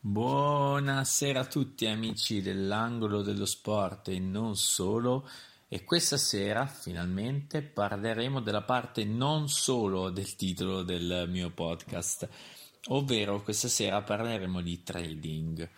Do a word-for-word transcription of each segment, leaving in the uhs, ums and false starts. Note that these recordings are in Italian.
Buonasera a tutti amici dell'angolo dello sport e non solo, e questa sera finalmente parleremo della parte non solo del titolo del mio podcast, ovvero questa sera parleremo di trading.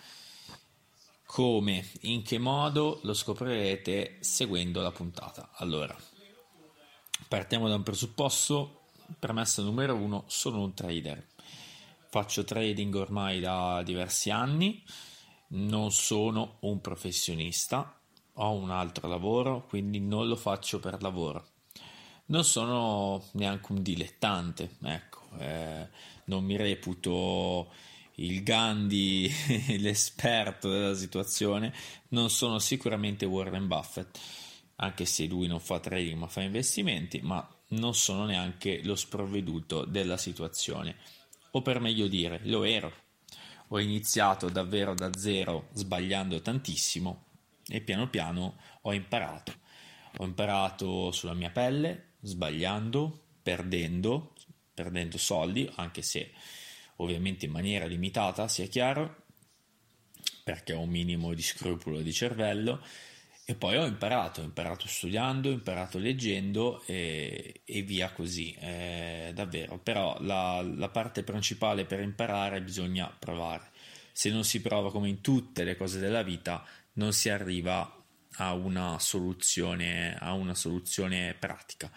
Come, in che modo lo scoprirete seguendo la puntata. Allora, partiamo da un presupposto, premessa numero uno: sono un trader. Faccio trading ormai da diversi anni, non sono un professionista, ho un altro lavoro, quindi non lo faccio per lavoro. Non sono neanche un dilettante, ecco, eh, non mi reputo il Gandhi, l'esperto della situazione, non sono sicuramente Warren Buffett, anche se lui non fa trading ma fa investimenti, ma non sono neanche lo sprovveduto della situazione. O per meglio dire, lo ero. Ho iniziato davvero da zero, sbagliando tantissimo, e piano piano ho imparato. Ho imparato sulla mia pelle, sbagliando, perdendo, perdendo soldi, anche se ovviamente in maniera limitata, sia chiaro, perché ho un minimo di scrupolo di cervello. E poi ho imparato, ho imparato studiando, ho imparato leggendo e, e via così, eh, davvero. Però la, la parte principale per imparare bisogna provare. Se non si prova, come in tutte le cose della vita, non si arriva a una soluzione, a una soluzione pratica.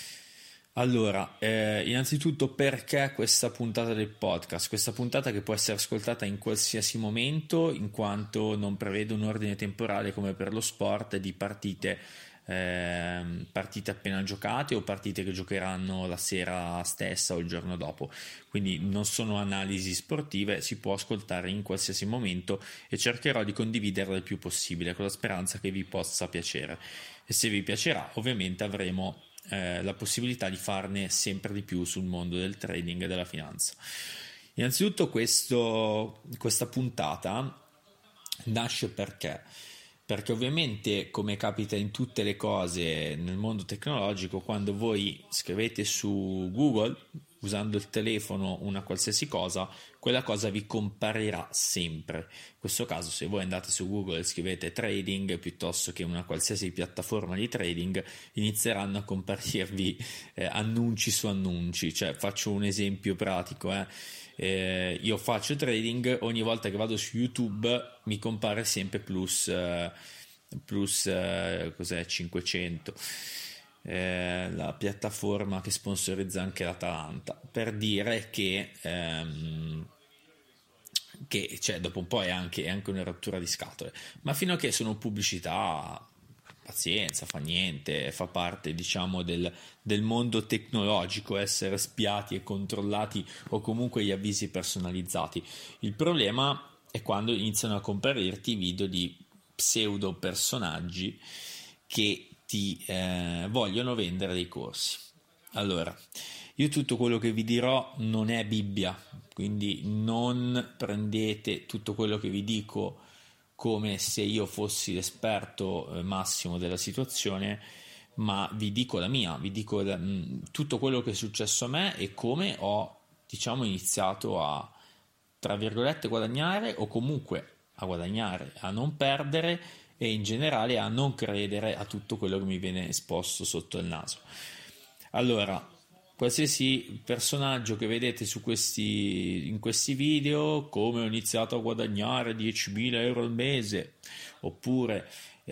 Allora, eh, innanzitutto, perché questa puntata del podcast? Questa puntata che può essere ascoltata in qualsiasi momento, in quanto non prevede un ordine temporale come per lo sport di partite, eh, partite appena giocate o partite che giocheranno la sera stessa o il giorno dopo. Quindi non sono analisi sportive, si può ascoltare in qualsiasi momento e cercherò di condividerla il più possibile con la speranza che vi possa piacere. E se vi piacerà, ovviamente avremo Eh, la possibilità di farne sempre di più sul mondo del trading e della finanza. Innanzitutto questo, questa puntata nasce perché? Perché ovviamente, come capita in tutte le cose nel mondo tecnologico, quando voi scrivete su Google usando il telefono una qualsiasi cosa, quella cosa vi comparirà sempre. In questo caso, se voi andate su Google e scrivete trading piuttosto che una qualsiasi piattaforma di trading, inizieranno a comparirvi eh, annunci su annunci. Cioè, faccio un esempio pratico, eh. Eh, io faccio trading, ogni volta che vado su YouTube mi compare sempre plus eh, plus eh, cos'è cinquecento, eh, la piattaforma che sponsorizza anche l'Atalanta, per dire che ehm, che cioè, dopo un po' è anche, è anche una rottura di scatole, ma fino a che sono pubblicità, pazienza, fa niente, fa parte, diciamo, del, del mondo tecnologico essere spiati e controllati, o comunque gli avvisi personalizzati. Il problema è quando iniziano a comparirti video di pseudo personaggi che ti eh, vogliono vendere dei corsi. Allora, io tutto quello che vi dirò non è Bibbia, quindi non prendete tutto quello che vi dico come se io fossi l'esperto eh, massimo della situazione, ma vi dico la mia, vi dico la, mh, tutto quello che è successo a me e come ho, diciamo, iniziato a, tra virgolette, guadagnare, o comunque a guadagnare, a non perdere e in generale a non credere a tutto quello che mi viene esposto sotto il naso. Allora, qualsiasi personaggio che vedete su questi, in questi video, come ho iniziato a guadagnare diecimila euro al mese, oppure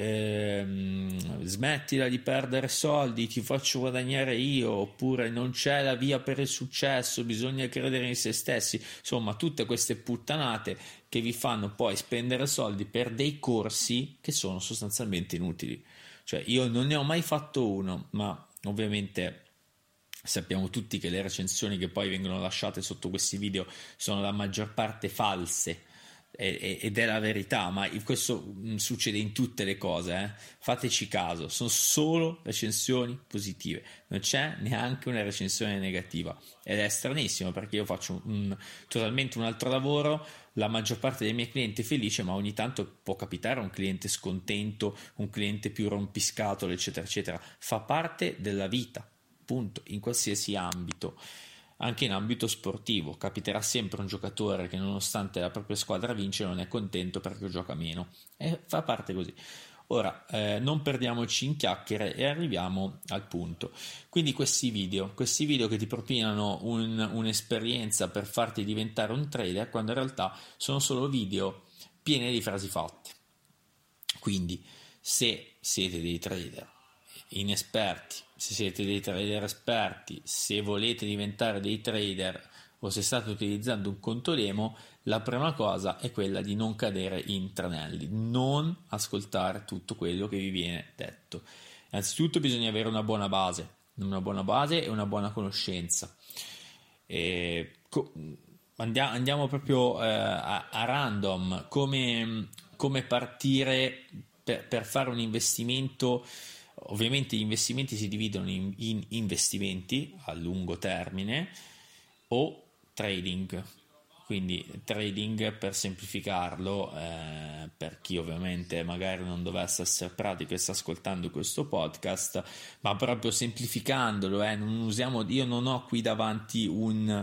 ehm, smettila di perdere soldi, ti faccio guadagnare io, oppure non c'è la via per il successo, bisogna credere in se stessi, insomma tutte queste puttanate che vi fanno poi spendere soldi per dei corsi che sono sostanzialmente inutili. Cioè, io non ne ho mai fatto uno, ma ovviamente sappiamo tutti che le recensioni che poi vengono lasciate sotto questi video sono la maggior parte false, ed è la verità, ma questo succede in tutte le cose, eh? Fateci caso, sono solo recensioni positive, non c'è neanche una recensione negativa, ed è stranissimo perché io faccio un, totalmente un altro lavoro, la maggior parte dei miei clienti è felice, ma ogni tanto può capitare un cliente scontento, un cliente più rompiscatole, eccetera eccetera. Fa parte della vita, punto, in qualsiasi ambito. anche in ambito sportivo. Capiterà sempre un giocatore che nonostante la propria squadra vince non è contento perché gioca meno, e fa parte così. Ora, eh, non perdiamoci in chiacchiere e arriviamo al punto. Quindi questi video, questi video che ti propinano un, un'esperienza per farti diventare un trader, quando in realtà sono solo video pieni di frasi fatte. Quindi, se siete dei trader inesperti, se siete dei trader esperti, se volete diventare dei trader o se state utilizzando un conto demo, la prima cosa è quella di non cadere in tranelli, non ascoltare tutto quello che vi viene detto. Innanzitutto bisogna avere una buona base, una buona base e una buona conoscenza. E co- andiamo, andiamo proprio eh, a, a random, come, come partire per, per fare un investimento. Ovviamente gli investimenti si dividono in, in investimenti a lungo termine o trading. Quindi trading, per semplificarlo, eh, per chi ovviamente magari non dovesse essere pratico e sta ascoltando questo podcast, ma proprio semplificandolo, eh, non usiamo, io non ho qui davanti un,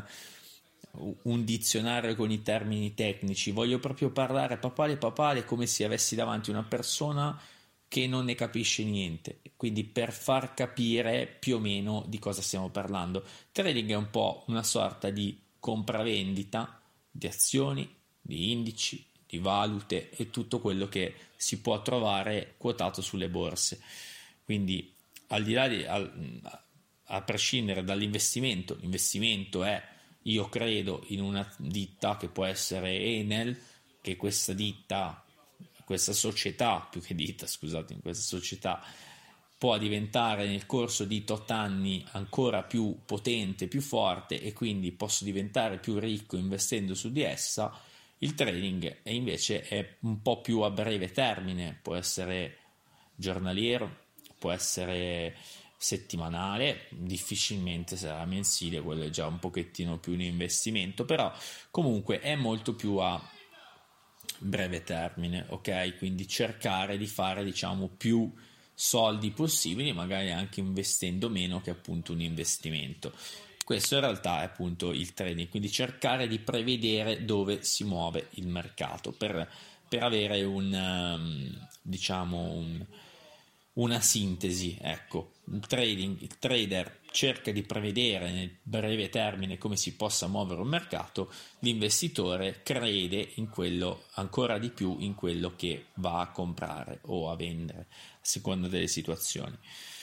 un dizionario con i termini tecnici, voglio proprio parlare papale papale come se avessi davanti una persona che non ne capisce niente, quindi per far capire più o meno di cosa stiamo parlando. Trading è un po' una sorta di compravendita di azioni, di indici, di valute e tutto quello che si può trovare quotato sulle borse. Quindi al di là di, al, a prescindere dall'investimento, l'investimento è, io credo in una ditta che può essere Enel, che questa ditta, questa società, più che ditta, scusate, in questa società può diventare nel corso di tot anni ancora più potente, più forte, e quindi posso diventare più ricco investendo su di essa. Il trading è invece è un po' più a breve termine, può essere giornaliero, può essere settimanale, difficilmente sarà mensile, quello è già un pochettino più un investimento, però comunque è molto più a breve termine, ok? Quindi cercare di fare, diciamo, più soldi possibili, magari anche investendo meno che appunto un investimento. Questo in realtà è appunto il trading, quindi cercare di prevedere dove si muove il mercato per, per avere un um, diciamo un, una sintesi. Ecco, il trading, il trader cerca di prevedere nel breve termine come si possa muovere un mercato, l'investitore crede in quello, ancora di più in quello che va a comprare o a vendere a seconda delle situazioni.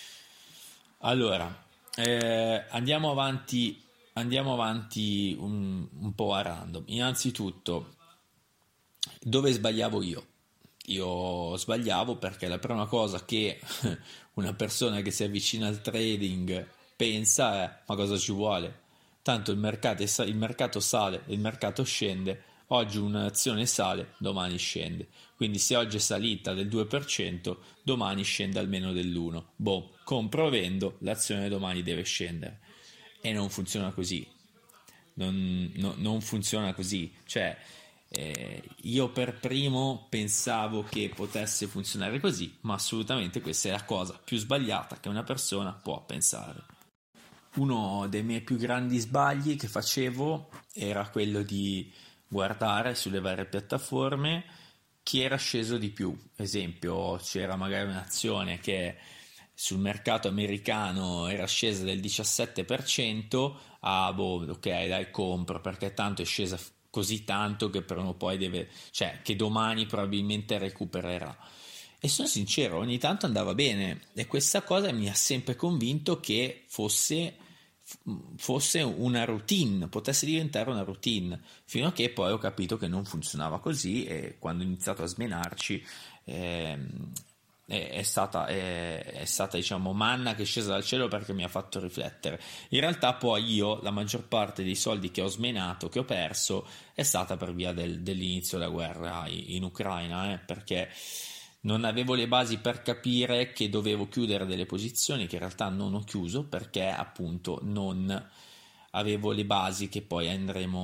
Allora, eh, andiamo avanti andiamo avanti un, un po' a random. Innanzitutto, dove sbagliavo io? Io sbagliavo perché la prima cosa che una persona che si avvicina al trading pensa è: ma cosa ci vuole? Tanto il mercato, il mercato sale, il mercato scende, oggi un'azione sale, domani scende, quindi se oggi è salita del due per cento, domani scende almeno dell'uno per cento. Boh, compro o vendo, l'azione domani deve scendere. E non funziona così, non, no, non funziona così, cioè eh, io per primo pensavo che potesse funzionare così, ma assolutamente questa è la cosa più sbagliata che una persona può pensare. Uno dei miei più grandi sbagli che facevo era quello di guardare sulle varie piattaforme chi era sceso di più. Esempio, c'era magari un'azione che sul mercato americano era scesa del diciassette per cento, ah boh, ok, dai, compro perché tanto è scesa così tanto che prima o poi deve, cioè che domani probabilmente recupererà. E sono sincero, ogni tanto andava bene e questa cosa mi ha sempre convinto che fosse fosse una routine, potesse diventare una routine, fino a che poi ho capito che non funzionava così, e quando ho iniziato a smenarci ehm, è, è stata, è, è stata diciamo manna che è scesa dal cielo, perché mi ha fatto riflettere. In realtà poi io la maggior parte dei soldi che ho smenato, che ho perso, è stata per via del, dell'inizio della guerra in Ucraina, eh, perché non avevo le basi per capire che dovevo chiudere delle posizioni che in realtà non ho chiuso, perché appunto non avevo le basi che poi andremo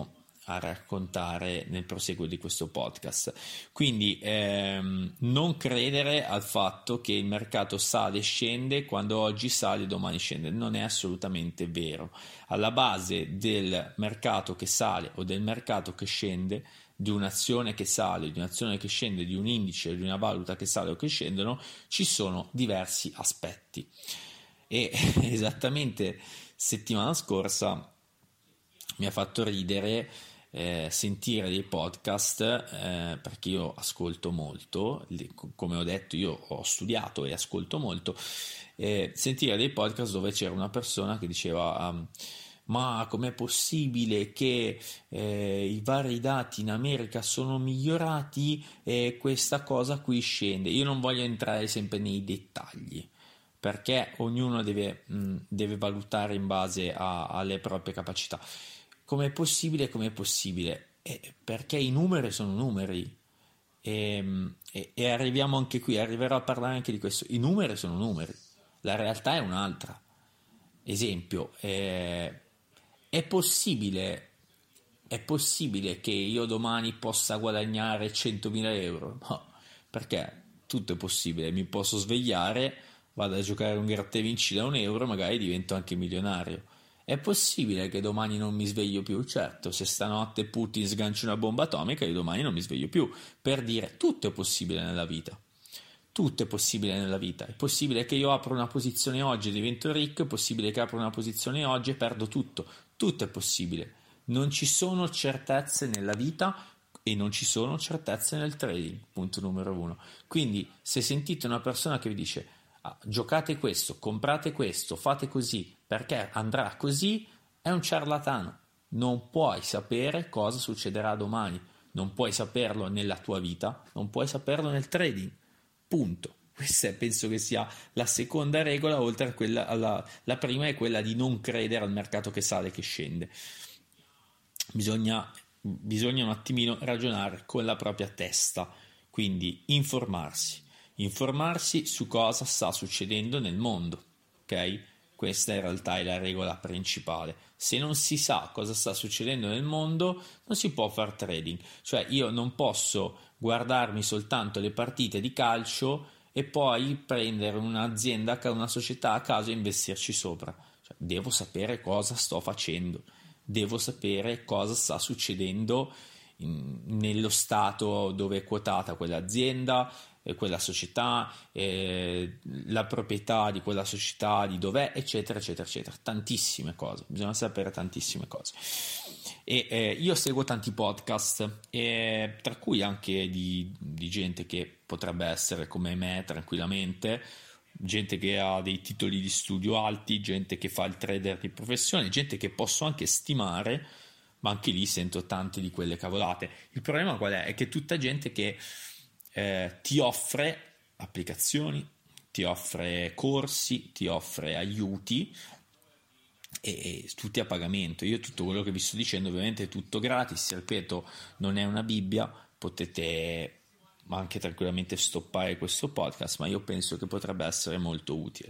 a raccontare nel proseguo di questo podcast. Quindi ehm, non credere al fatto che il mercato sale e scende, quando oggi sale domani scende, non è assolutamente vero. Alla base del mercato che sale o del mercato che scende, di un'azione che sale, di un'azione che scende, di un indice, di una valuta che sale o che scendono, ci sono diversi aspetti. E esattamente settimana scorsa mi ha fatto ridere eh, sentire dei podcast, eh, perché io ascolto molto, come ho detto io ho studiato e ascolto molto, eh, sentire dei podcast dove c'era una persona che diceva um, ma com'è possibile che eh, i vari dati in America sono migliorati e questa cosa qui scende. Io non voglio entrare sempre nei dettagli, perché ognuno deve, mh, deve valutare in base a, alle proprie capacità. Com'è possibile? Com'è possibile? Eh, perché i numeri sono numeri e, e, e arriviamo anche qui, arriverò a parlare anche di questo. I numeri sono numeri, la realtà è un'altra. Esempio, eh, è possibile, è possibile che io domani possa guadagnare centomila euro? No, perché tutto è possibile, mi posso svegliare, vado a giocare un gratta e vinci da un euro, magari divento anche milionario. È possibile che domani non mi sveglio più? Certo, se stanotte Putin sgancia una bomba atomica, io domani non mi sveglio più. Per dire, tutto è possibile nella vita. Tutto è possibile nella vita. È possibile che io apro una posizione oggi e divento ricco, è possibile che apro una posizione oggi e perdo tutto. Tutto è possibile. Non ci sono certezze nella vita e non ci sono certezze nel trading, punto numero uno. Quindi, se sentite una persona che vi dice ah, giocate questo, comprate questo, fate così, perché andrà così, è un ciarlatano. Non puoi sapere cosa succederà domani, non puoi saperlo nella tua vita, non puoi saperlo nel trading, punto. Questa penso che sia la seconda regola, oltre a quella, alla, la prima è quella di non credere al mercato che sale e che scende. Bisogna, bisogna un attimino ragionare con la propria testa, quindi informarsi, informarsi su cosa sta succedendo nel mondo, ok? Questa in realtà è la regola principale. Se non si sa cosa sta succedendo nel mondo, non si può fare trading. Cioè io non posso guardarmi soltanto le partite di calcio e poi prendere un'azienda, una società a caso e investirci sopra. Cioè, devo sapere cosa sto facendo, devo sapere cosa sta succedendo in, nello stato dove è quotata quell'azienda, quella società, eh, la proprietà di quella società, di dov'è, eccetera, eccetera, eccetera. Tantissime cose, bisogna sapere tantissime cose. E eh, io seguo tanti podcast, eh, tra cui anche di, di gente che potrebbe essere come me tranquillamente, gente che ha dei titoli di studio alti, gente che fa il trader di professione, gente che posso anche stimare, ma anche lì sento tante di quelle cavolate. Il problema qual è? È che tutta gente che Eh, ti offre applicazioni, ti offre corsi, ti offre aiuti e, e tutti a pagamento. Io tutto quello che vi sto dicendo ovviamente è tutto gratis, ripeto, non è una Bibbia, potete anche tranquillamente stoppare questo podcast, ma io penso che potrebbe essere molto utile.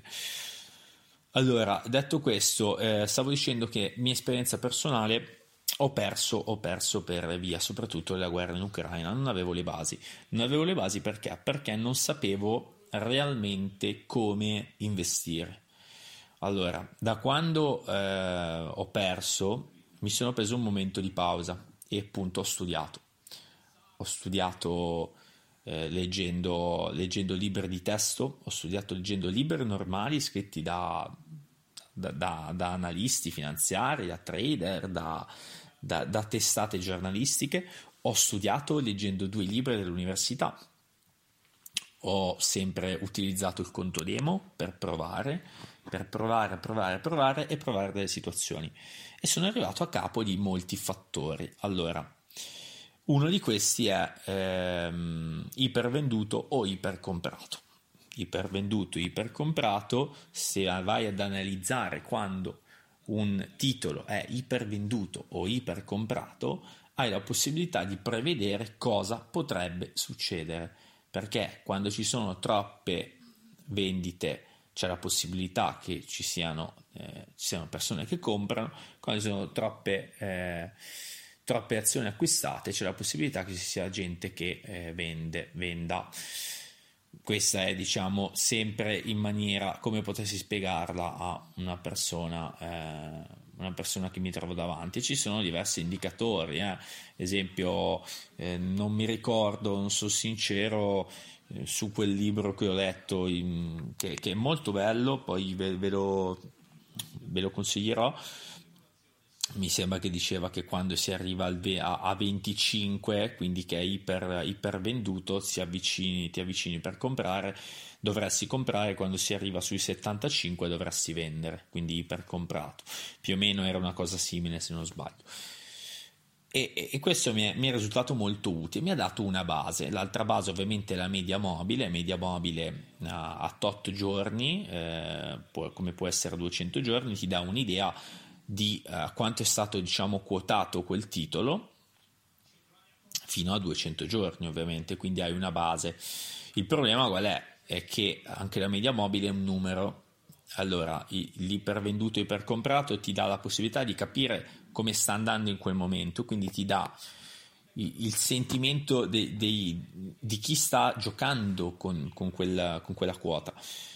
Allora, detto questo, eh, stavo dicendo che mia esperienza personale Ho perso, ho perso per via soprattutto della guerra in Ucraina, non avevo le basi. Non avevo le basi perché? Perché non sapevo realmente come investire. Allora, da quando eh, ho perso, mi sono preso un momento di pausa e appunto ho studiato. Ho studiato eh, leggendo, leggendo libri di testo, ho studiato leggendo libri normali scritti da, da, da, da analisti finanziari, da trader, da Da, da testate giornalistiche. Ho studiato leggendo due libri dell'università, ho sempre utilizzato il conto demo per provare, per provare, provare, provare e provare delle situazioni e sono arrivato a capo di molti fattori. Allora, uno di questi è ehm, ipervenduto o ipercomprato. Ipervenduto, ipercomprato, se vai ad analizzare quando un titolo è ipervenduto o ipercomprato, hai la possibilità di prevedere cosa potrebbe succedere, perché quando ci sono troppe vendite c'è la possibilità che ci siano, eh, ci siano persone che comprano, quando ci sono troppe, eh, troppe azioni acquistate, c'è la possibilità che ci sia gente che eh, vende, venda. Questa è, diciamo, sempre in maniera, come potessi spiegarla a una persona, eh, una persona che mi trovo davanti. Ci sono diversi indicatori, eh. Esempio, eh, non mi ricordo, non sono sincero, eh, su quel libro che ho letto, in, che, che è molto bello, poi ve, ve lo, ve lo consiglierò. Mi sembra che diceva che quando si arriva al ve- a, a venticinque, quindi che è iper, iper venduto, si avvicini, ti avvicini per comprare, dovresti comprare, quando si arriva sui settantacinque dovresti vendere, quindi iper comprato. Più o meno era una cosa simile, se non sbaglio. E, e questo mi è, mi è risultato molto utile, mi ha dato una base. L'altra base ovviamente è la media mobile, media mobile a, a tot giorni, eh, può, come può essere duecento giorni, ti dà un'idea di uh, quanto è stato, diciamo, quotato quel titolo fino a duecento giorni, ovviamente, quindi hai una base. Il problema qual è? È che anche la media mobile è un numero. Allora, l'ipervenduto e ipercomprato ti dà la possibilità di capire come sta andando in quel momento, quindi ti dà il sentimento de, de, di chi sta giocando con, con, quella, con quella quota.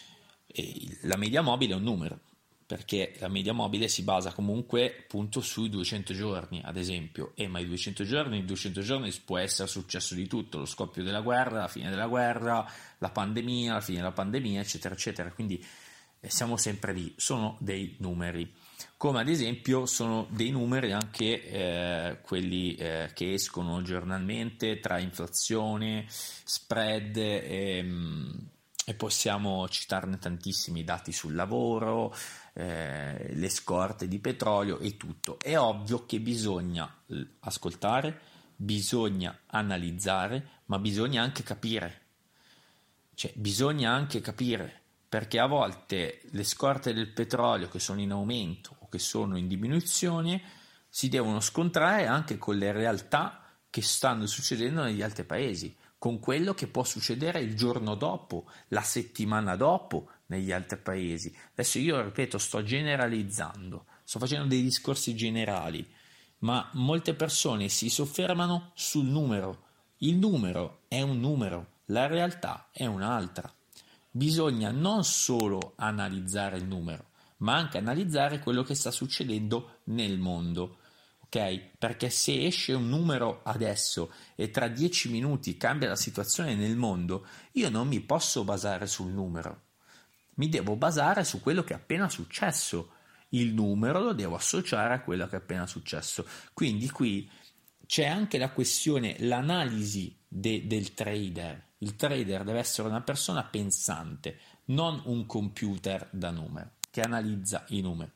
E la media mobile è un numero, perché la media mobile si basa comunque appunto sui duecento giorni, ad esempio. E ma i duecento giorni, in duecento giorni può essere successo di tutto: lo scoppio della guerra, la fine della guerra, la pandemia, la fine della pandemia, eccetera, eccetera. Quindi eh, siamo sempre lì, sono dei numeri. Come ad esempio sono dei numeri anche eh, quelli eh, che escono giornalmente tra inflazione, spread e, e possiamo citarne tantissimi: dati sul lavoro, eh, le scorte di petrolio e tutto. È ovvio che bisogna ascoltare, bisogna analizzare, ma bisogna anche capire. Cioè, bisogna anche capire, perché a volte le scorte del petrolio che sono in aumento o che sono in diminuzione si devono scontrare anche con le realtà che stanno succedendo negli altri paesi, con quello che può succedere il giorno dopo, la settimana dopo negli altri paesi. Adesso io, ripeto, sto generalizzando, sto facendo dei discorsi generali, ma molte persone si soffermano sul numero. Il numero è un numero, la realtà è un'altra. Bisogna non solo analizzare il numero, ma anche analizzare quello che sta succedendo nel mondo, ok? Perché se esce un numero adesso e tra dieci minuti cambia la situazione nel mondo, io non mi posso basare sul numero, mi devo basare su quello che è appena successo. Il numero lo devo associare a quello che è appena successo. Quindi qui c'è anche la questione, l'analisi de, del trader. Il trader deve essere una persona pensante, non un computer da numero che analizza i numeri.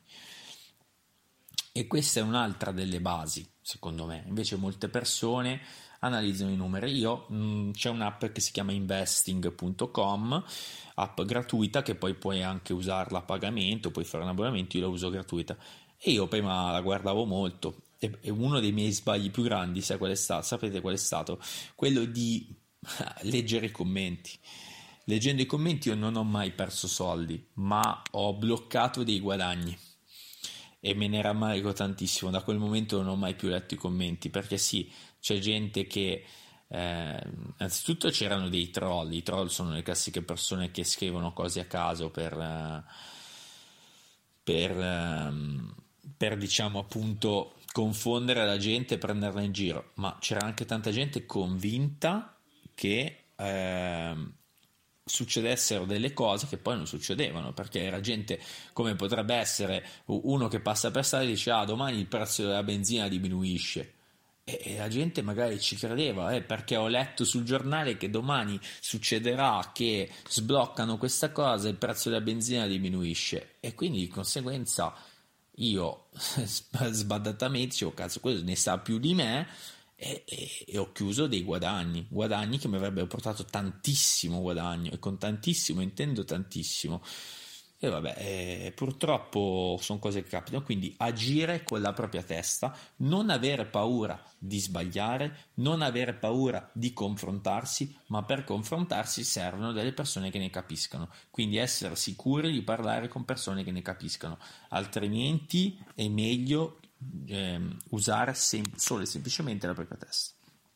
E questa è un'altra delle basi, secondo me. Invece molte persone analizzano i numeri. Io mh, c'è un'app che si chiama investing punto com, app gratuita che poi puoi anche usarla a pagamento, puoi fare un abbonamento. Io la uso gratuita e io prima la guardavo molto, e, e uno dei miei sbagli più grandi, sai qual è stato? Sapete qual è stato? Quello di leggere i commenti. Leggendo i commenti io non ho mai perso soldi, ma ho bloccato dei guadagni e me ne rammarico tantissimo. Da quel momento non ho mai più letto i commenti, perché sì, c'è gente che eh, innanzitutto c'erano dei troll. I troll sono le classiche persone che scrivono cose a caso per eh, per, eh, per diciamo appunto confondere la gente e prenderla in giro, ma c'era anche tanta gente convinta che eh, succedessero delle cose che poi non succedevano, perché era gente come potrebbe essere uno che passa per strada e dice: ah, domani il prezzo della benzina diminuisce, e, e la gente magari ci credeva, eh, perché ho letto sul giornale che domani succederà che sbloccano questa cosa e il prezzo della benzina diminuisce, e quindi di conseguenza io sbadatamente dicevo: cazzo, questo ne sa più di me. E, e, e ho chiuso dei guadagni guadagni che mi avrebbero portato tantissimo guadagno, e con tantissimo intendo tantissimo. E vabbè, eh, purtroppo sono cose che capitano. Quindi agire con la propria testa, non avere paura di sbagliare, non avere paura di confrontarsi, ma per confrontarsi servono delle persone che ne capiscano, quindi essere sicuri di parlare con persone che ne capiscano, altrimenti è meglio eh, usare sem- solo e semplicemente la propria testa.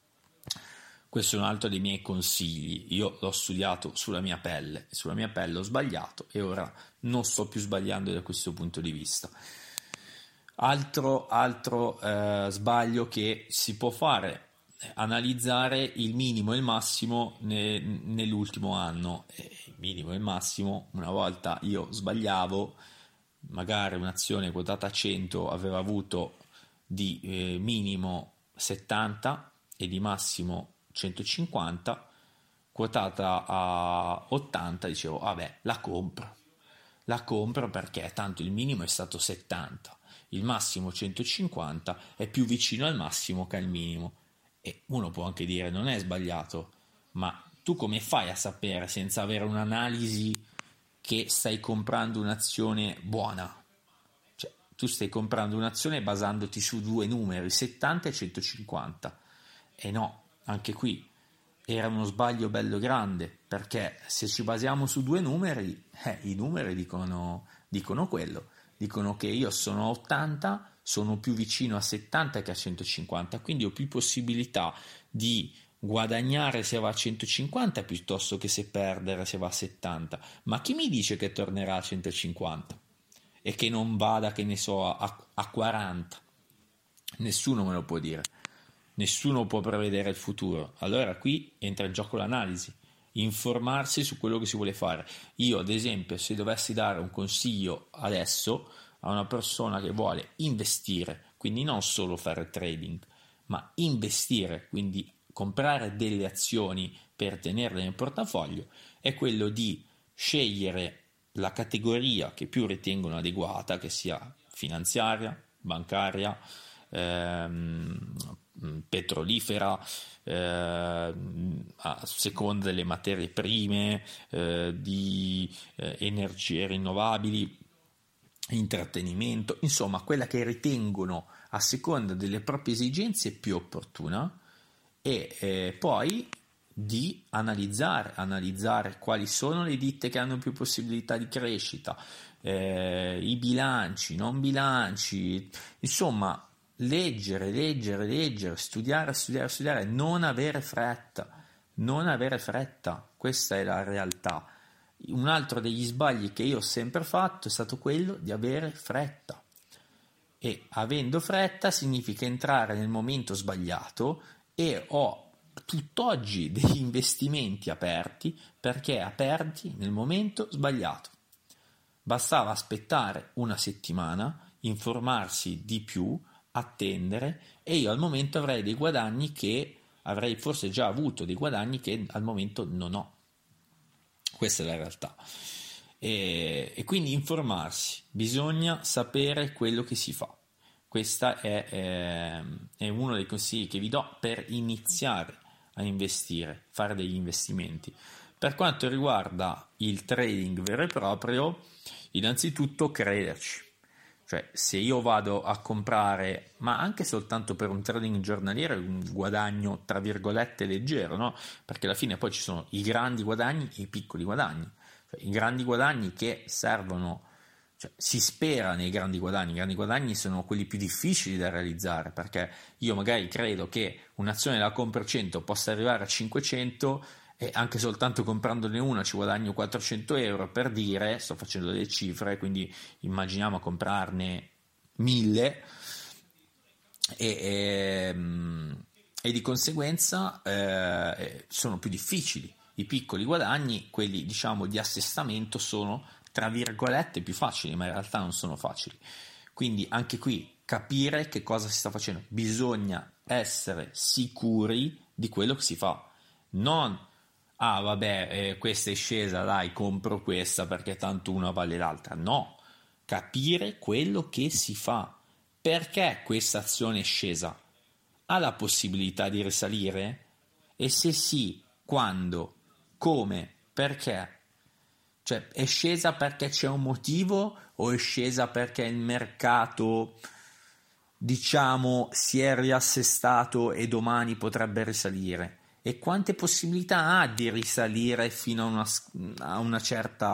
Questo è un altro dei miei consigli. Io l'ho studiato sulla mia pelle, sulla mia pelle ho sbagliato e ora non sto più sbagliando da questo punto di vista. Altro, altro eh, sbaglio che si può fare, analizzare il minimo e il massimo ne, nell'ultimo anno. Eh, il minimo e il massimo, una volta io sbagliavo, magari un'azione quotata a cento aveva avuto di eh, minimo settanta e di massimo centocinquanta, quotata a ottanta dicevo vabbè, la compro la compro perché tanto il minimo è stato settanta, il massimo centocinquanta, è più vicino al massimo che al minimo. E uno può anche dire non è sbagliato, ma tu come fai a sapere senza avere un'analisi che stai comprando un'azione buona? Cioè, tu stai comprando un'azione basandoti su due numeri, settanta e centocinquanta. E no, anche qui era uno sbaglio bello grande, perché se ci basiamo su due numeri, eh, i numeri dicono, dicono quello, dicono che io sono a ottanta, sono più vicino a settanta che a centocinquanta, quindi ho più possibilità di guadagnare se va a centocinquanta piuttosto che se perdere se va a settanta. Ma chi mi dice che tornerà a centocinquanta e che non vada, che ne so, a, a quaranta? Nessuno me lo può dire. Nessuno può prevedere il futuro. Allora qui entra in gioco l'analisi, informarsi su quello che si vuole fare. Io, ad esempio, se dovessi dare un consiglio adesso a una persona che vuole investire, quindi non solo fare trading, ma investire, quindi comprare delle azioni per tenerle nel portafoglio, è quello di scegliere la categoria che più ritengono adeguata, che sia finanziaria, bancaria, ehm, petrolifera, eh, a seconda delle materie prime, eh, di eh, energie rinnovabili, intrattenimento, insomma quella che ritengono a seconda delle proprie esigenze più opportuna, e eh, poi di analizzare, analizzare quali sono le ditte che hanno più possibilità di crescita, eh, i bilanci, non bilanci, insomma leggere, leggere, leggere, studiare, studiare, studiare, non avere fretta, non avere fretta, questa è la realtà. Un altro degli sbagli che io ho sempre fatto è stato quello di avere fretta, e avendo fretta significa entrare nel momento sbagliato, e ho tutt'oggi degli investimenti aperti perché aperti nel momento sbagliato. Bastava aspettare una settimana, informarsi di più, attendere, e io al momento avrei dei guadagni che avrei forse già avuto dei guadagni che al momento non ho. Questa è la realtà. E, e quindi informarsi, bisogna sapere quello che si fa. Questo è, è, è uno dei consigli che vi do per iniziare a investire, fare degli investimenti. Per quanto riguarda il trading vero e proprio, innanzitutto crederci. Cioè, se io vado a comprare, ma anche soltanto per un trading giornaliero, un guadagno tra virgolette leggero, no? Perché alla fine poi ci sono i grandi guadagni e i piccoli guadagni. Cioè, i grandi guadagni che servono, cioè, si spera nei grandi guadagni. I grandi guadagni sono quelli più difficili da realizzare, perché io magari credo che un'azione la compro a cento possa arrivare a cinquecento, e anche soltanto comprandone una ci guadagno quattrocento euro, per dire, sto facendo delle cifre, quindi immaginiamo a comprarne mille, e, e, e di conseguenza eh, sono più difficili. I piccoli guadagni, quelli diciamo di assestamento, sono tra virgolette più facili, ma in realtà non sono facili. Quindi anche qui capire che cosa si sta facendo, bisogna essere sicuri di quello che si fa, non ah vabbè, eh, questa è scesa, dai, compro questa perché tanto una vale l'altra. No, capire quello che si fa. Perché questa azione è scesa? Ha la possibilità di risalire? E se sì, quando? Come? Perché? Cioè, è scesa perché c'è un motivo, o è scesa perché il mercato, diciamo, si è riassestato e domani potrebbe risalire? E quante possibilità ha di risalire fino a una, a una certa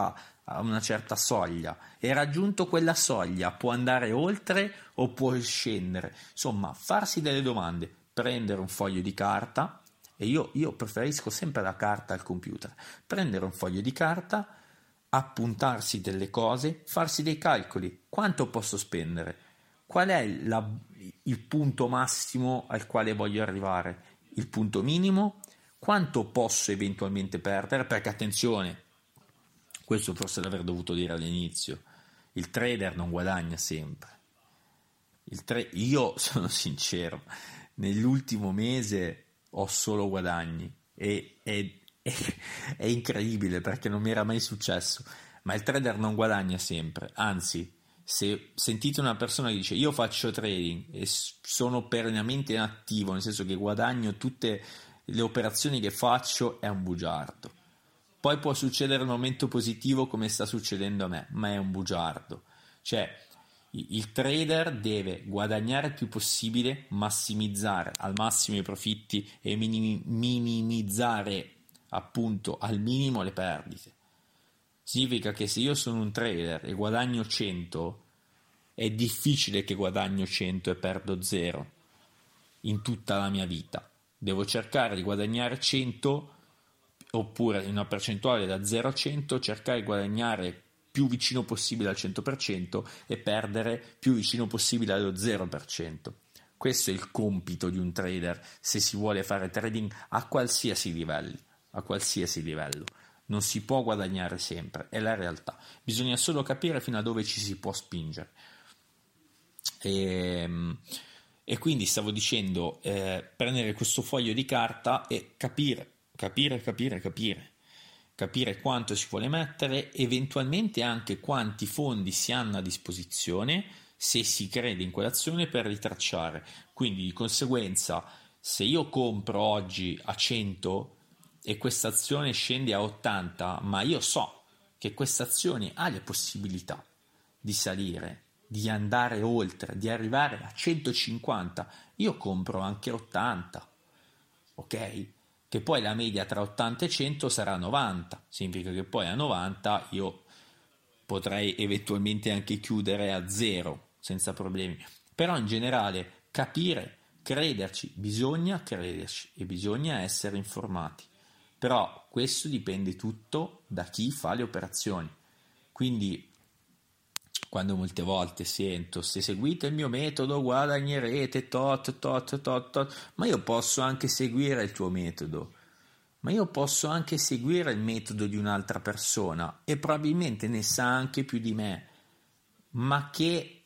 a una certa soglia e raggiunto quella soglia può andare oltre o può scendere. Insomma, farsi delle domande, prendere un foglio di carta, e io, io preferisco sempre la carta al computer, prendere un foglio di carta, appuntarsi delle cose, farsi dei calcoli, quanto posso spendere, qual è la, il punto massimo al quale voglio arrivare, il punto minimo, quanto posso eventualmente perdere, perché attenzione, questo forse l'avrei dovuto dire all'inizio, il trader non guadagna sempre. Il tra- io sono sincero, nell'ultimo mese ho solo guadagni e è, è, è incredibile perché non mi era mai successo, ma il trader non guadagna sempre, anzi, se sentite una persona che dice io faccio trading e sono perennemente inattivo, nel senso che guadagno tutte le operazioni che faccio, è un bugiardo. Poi può succedere un momento positivo come sta succedendo a me, ma è un bugiardo. Cioè, il trader deve guadagnare il più possibile, massimizzare al massimo i profitti e minim- minimizzare appunto al minimo le perdite. Significa che se io sono un trader e guadagno cento, è difficile che guadagno cento e perdo zero in tutta la mia vita. Devo cercare di guadagnare cento, oppure in una percentuale da zero a cento, cercare di guadagnare più vicino possibile al cento per cento e perdere più vicino possibile allo zero per cento. Questo è il compito di un trader se si vuole fare trading a qualsiasi livello, a qualsiasi livello. Non si può guadagnare sempre, è la realtà. Bisogna solo capire fino a dove ci si può spingere. E, e quindi stavo dicendo, eh, prendere questo foglio di carta e capire, capire, capire, capire. capire quanto si vuole mettere, eventualmente anche quanti fondi si hanno a disposizione se si crede in quell'azione per ritracciare. Quindi di conseguenza, se io compro oggi a cento e questa azione scende a ottanta, ma io so che questa azione ha le possibilità di salire, di andare oltre, di arrivare a centocinquanta, io compro anche ottanta, ok? Che poi la media tra ottanta e cento sarà novanta, significa che poi a novanta io potrei eventualmente anche chiudere a zero senza problemi, però in generale capire, crederci, bisogna crederci e bisogna essere informati, però questo dipende tutto da chi fa le operazioni. Quindi quando molte volte sento se seguite il mio metodo guadagnerete tot tot tot tot, ma io posso anche seguire il tuo metodo, ma io posso anche seguire il metodo di un'altra persona e probabilmente ne sa anche più di me, ma che,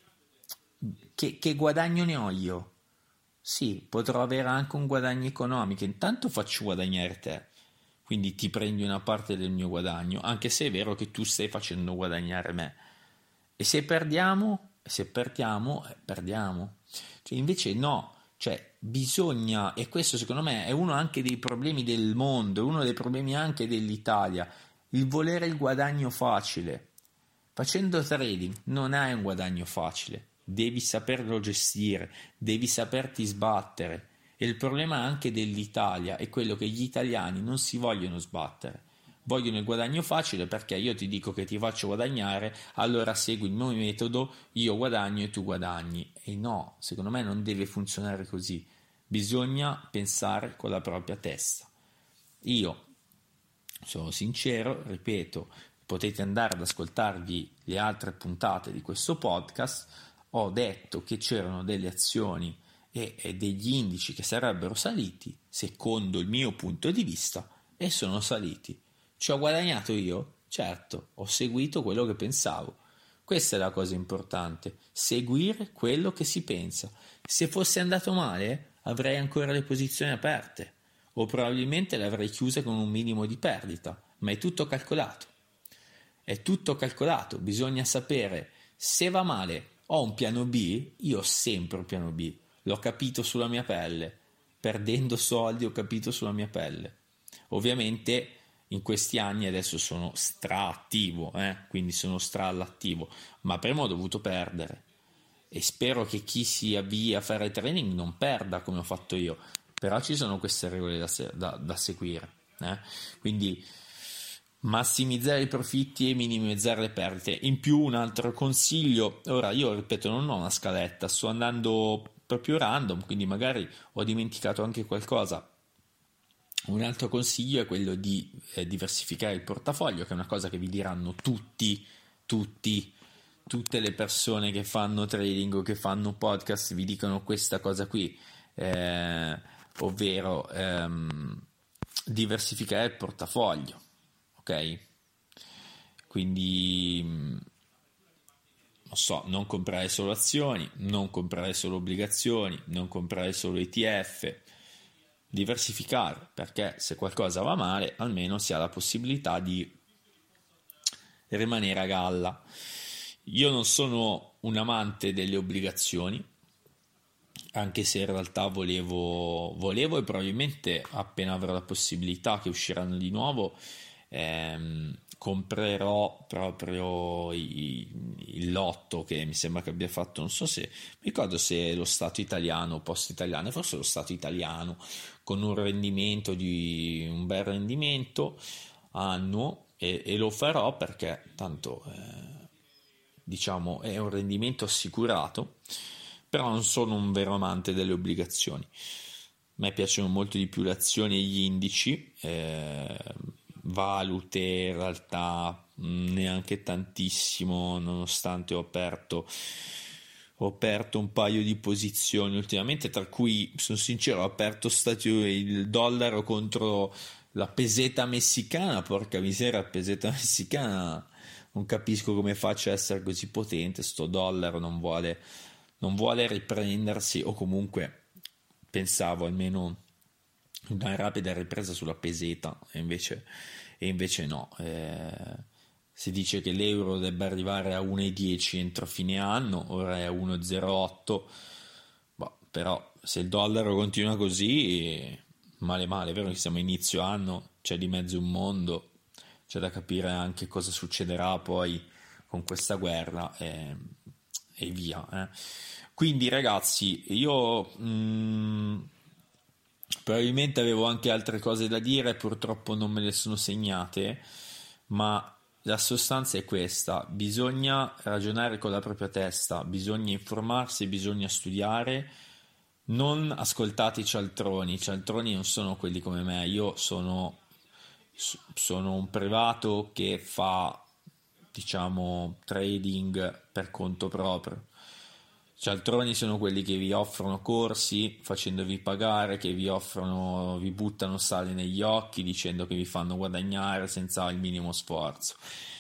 che, che guadagno ne ho io? Sì, potrò avere anche un guadagno economico, intanto faccio guadagnare te, quindi ti prendi una parte del mio guadagno, anche se è vero che tu stai facendo guadagnare me. E se perdiamo, se perdiamo, eh, perdiamo. Cioè, invece no, cioè bisogna, e questo secondo me è uno anche dei problemi del mondo, uno dei problemi anche dell'Italia, il volere il guadagno facile. Facendo trading non hai un guadagno facile, devi saperlo gestire, devi saperti sbattere. E il problema anche dell'Italia è quello che gli italiani non si vogliono sbattere. Vogliono il guadagno facile perché io ti dico che ti faccio guadagnare, allora segui il mio metodo, io guadagno e tu guadagni. E no, secondo me non deve funzionare così. Bisogna pensare con la propria testa. Io sono sincero, ripeto, potete andare ad ascoltarvi le altre puntate di questo podcast. Ho detto che c'erano delle azioni e, e degli indici che sarebbero saliti, secondo il mio punto di vista, e sono saliti. Ci ho guadagnato io? Certo, ho seguito quello che pensavo. Questa è la cosa importante, seguire quello che si pensa. Se fosse andato male, avrei ancora le posizioni aperte, o probabilmente le avrei chiuse con un minimo di perdita, ma è tutto calcolato. È tutto calcolato, bisogna sapere se va male. Ho un piano B, io ho sempre un piano B, l'ho capito sulla mia pelle, perdendo soldi ho capito sulla mia pelle. Ovviamente in questi anni adesso sono stra-attivo, eh? quindi sono stra-all'attivo, ma prima ho dovuto perdere e spero che chi si avvia a fare training non perda come ho fatto io, però ci sono queste regole da, da, da seguire, eh? Quindi massimizzare i profitti e minimizzare le perdite. In più, un altro consiglio, ora io ripeto, non ho una scaletta, sto andando proprio random, quindi magari ho dimenticato anche qualcosa. Un altro consiglio è quello di eh, diversificare il portafoglio, che è una cosa che vi diranno tutti, tutti, tutte le persone che fanno trading o che fanno podcast vi dicono questa cosa qui, eh, ovvero ehm, diversificare il portafoglio, ok? Quindi non so, non comprare solo azioni, non comprare solo obbligazioni, non comprare solo E T F, diversificare, perché se qualcosa va male almeno si ha la possibilità di rimanere a galla. Io non sono un amante delle obbligazioni, anche se in realtà volevo, volevo e probabilmente appena avrò la possibilità che usciranno di nuovo ehm, comprerò proprio i, il lotto che mi sembra che abbia fatto, non so se mi ricordo se è lo Stato italiano o Poste Italiane, forse lo Stato italiano, con un rendimento di un bel rendimento annuo, e, e lo farò perché tanto eh, diciamo è un rendimento assicurato, però non sono un vero amante delle obbligazioni. A me piacciono molto di più le azioni e gli indici, eh, valute in realtà neanche tantissimo, nonostante ho aperto ho aperto un paio di posizioni ultimamente, tra cui sono sincero ho aperto stati il dollaro contro la peseta messicana. Porca miseria, la peseta messicana non capisco come faccia a essere così potente. Sto dollaro non vuole non vuole riprendersi, o comunque pensavo almeno una rapida ripresa sulla peseta, e invece, e invece no. Eh, si dice che l'euro debba arrivare a uno virgola dieci entro fine anno, ora è a uno virgola zero otto, boh, però se il dollaro continua così, male male, è vero che siamo a inizio anno, c'è di mezzo un mondo, c'è da capire anche cosa succederà poi con questa guerra e, e via. Eh. Quindi ragazzi, io... Mm, probabilmente avevo anche altre cose da dire, purtroppo non me le sono segnate, ma la sostanza è questa: bisogna ragionare con la propria testa, bisogna informarsi, bisogna studiare, non ascoltate i cialtroni. I cialtroni non sono quelli come me, io sono, sono un privato che fa, diciamo, trading per conto proprio. Cialtroni sono quelli che vi offrono corsi facendovi pagare, che vi offrono, vi buttano sale negli occhi dicendo che vi fanno guadagnare senza il minimo sforzo.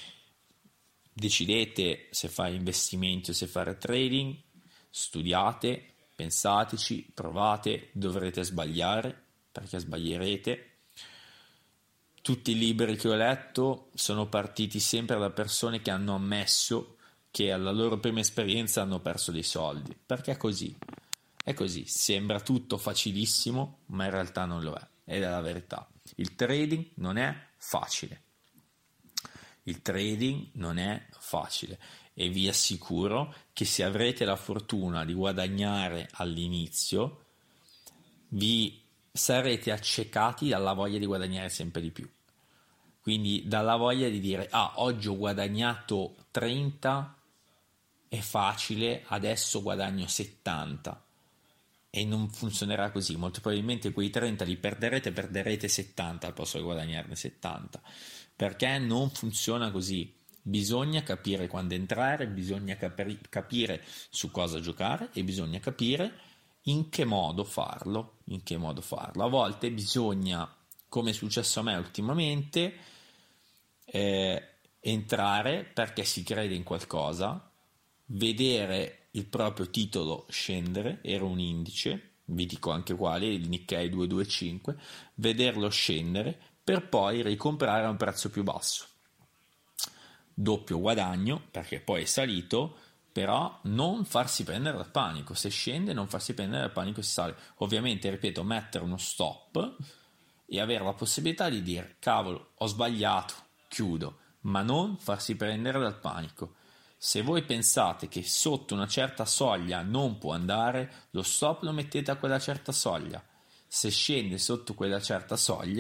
Decidete se fare investimenti o se fare trading, studiate, pensateci, provate, dovrete sbagliare perché sbaglierete. Tutti i libri che ho letto sono partiti sempre da persone che hanno ammesso che alla loro prima esperienza hanno perso dei soldi, perché è così, è così, sembra tutto facilissimo, ma in realtà non lo è, ed è la verità. Il trading non è facile, il trading non è facile, e vi assicuro che se avrete la fortuna di guadagnare all'inizio, vi sarete accecati dalla voglia di guadagnare sempre di più, quindi dalla voglia di dire: ah, oggi ho guadagnato trenta, è facile, adesso guadagno settanta, e non funzionerà così. Molto probabilmente quei trenta li perderete, perderete settanta al posto di guadagnarne settanta, perché non funziona così. Bisogna capire quando entrare, bisogna capire, capire su cosa giocare, e bisogna capire in che modo farlo, in che modo farlo. A volte bisogna, come è successo a me ultimamente, eh, entrare perché si crede in qualcosa, vedere il proprio titolo scendere, era un indice, vi dico anche quale, il Nikkei duecentoventicinque, vederlo scendere per poi ricomprare a un prezzo più basso. Doppio guadagno, perché poi è salito, però non farsi prendere dal panico. Se scende, non farsi prendere dal panico, si sale. Ovviamente, ripeto, mettere uno stop e avere la possibilità di dire: cavolo, ho sbagliato, chiudo, ma non farsi prendere dal panico. Se voi pensate che sotto una certa soglia non può andare, lo stop lo mettete a quella certa soglia. Se scende sotto quella certa soglia,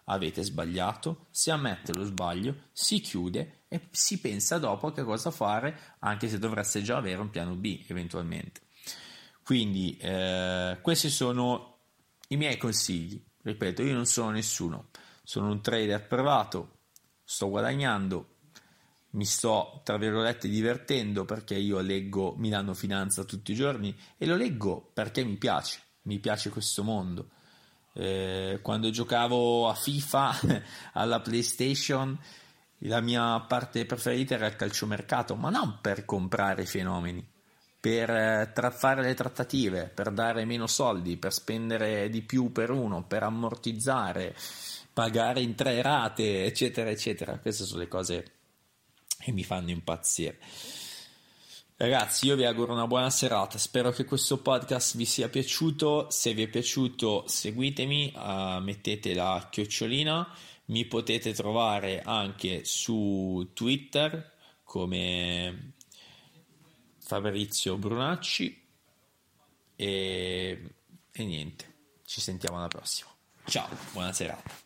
avete sbagliato, si ammette lo sbaglio, si chiude e si pensa dopo a che cosa fare, anche se dovreste già avere un piano B eventualmente. Quindi eh, questi sono i miei consigli. Ripeto, io non sono nessuno, sono un trader privato, sto guadagnando, mi sto tra virgolette divertendo perché io leggo Milano Finanza tutti i giorni e lo leggo perché mi piace, mi piace questo mondo. Eh, quando giocavo a FIFA alla PlayStation, la mia parte preferita era il calciomercato, ma non per comprare fenomeni, per eh, tra- fare le trattative, per dare meno soldi, per spendere di più per uno, per ammortizzare, pagare in tre rate, eccetera, eccetera. Queste sono le cose che mi fanno impazzire. Ragazzi, io vi auguro una buona serata, spero che questo podcast vi sia piaciuto. Se vi è piaciuto seguitemi, uh, mettete la chiocciolina, mi potete trovare anche su Twitter come Fabrizio Brunacci e, e niente, ci sentiamo alla prossima. Ciao, buona serata.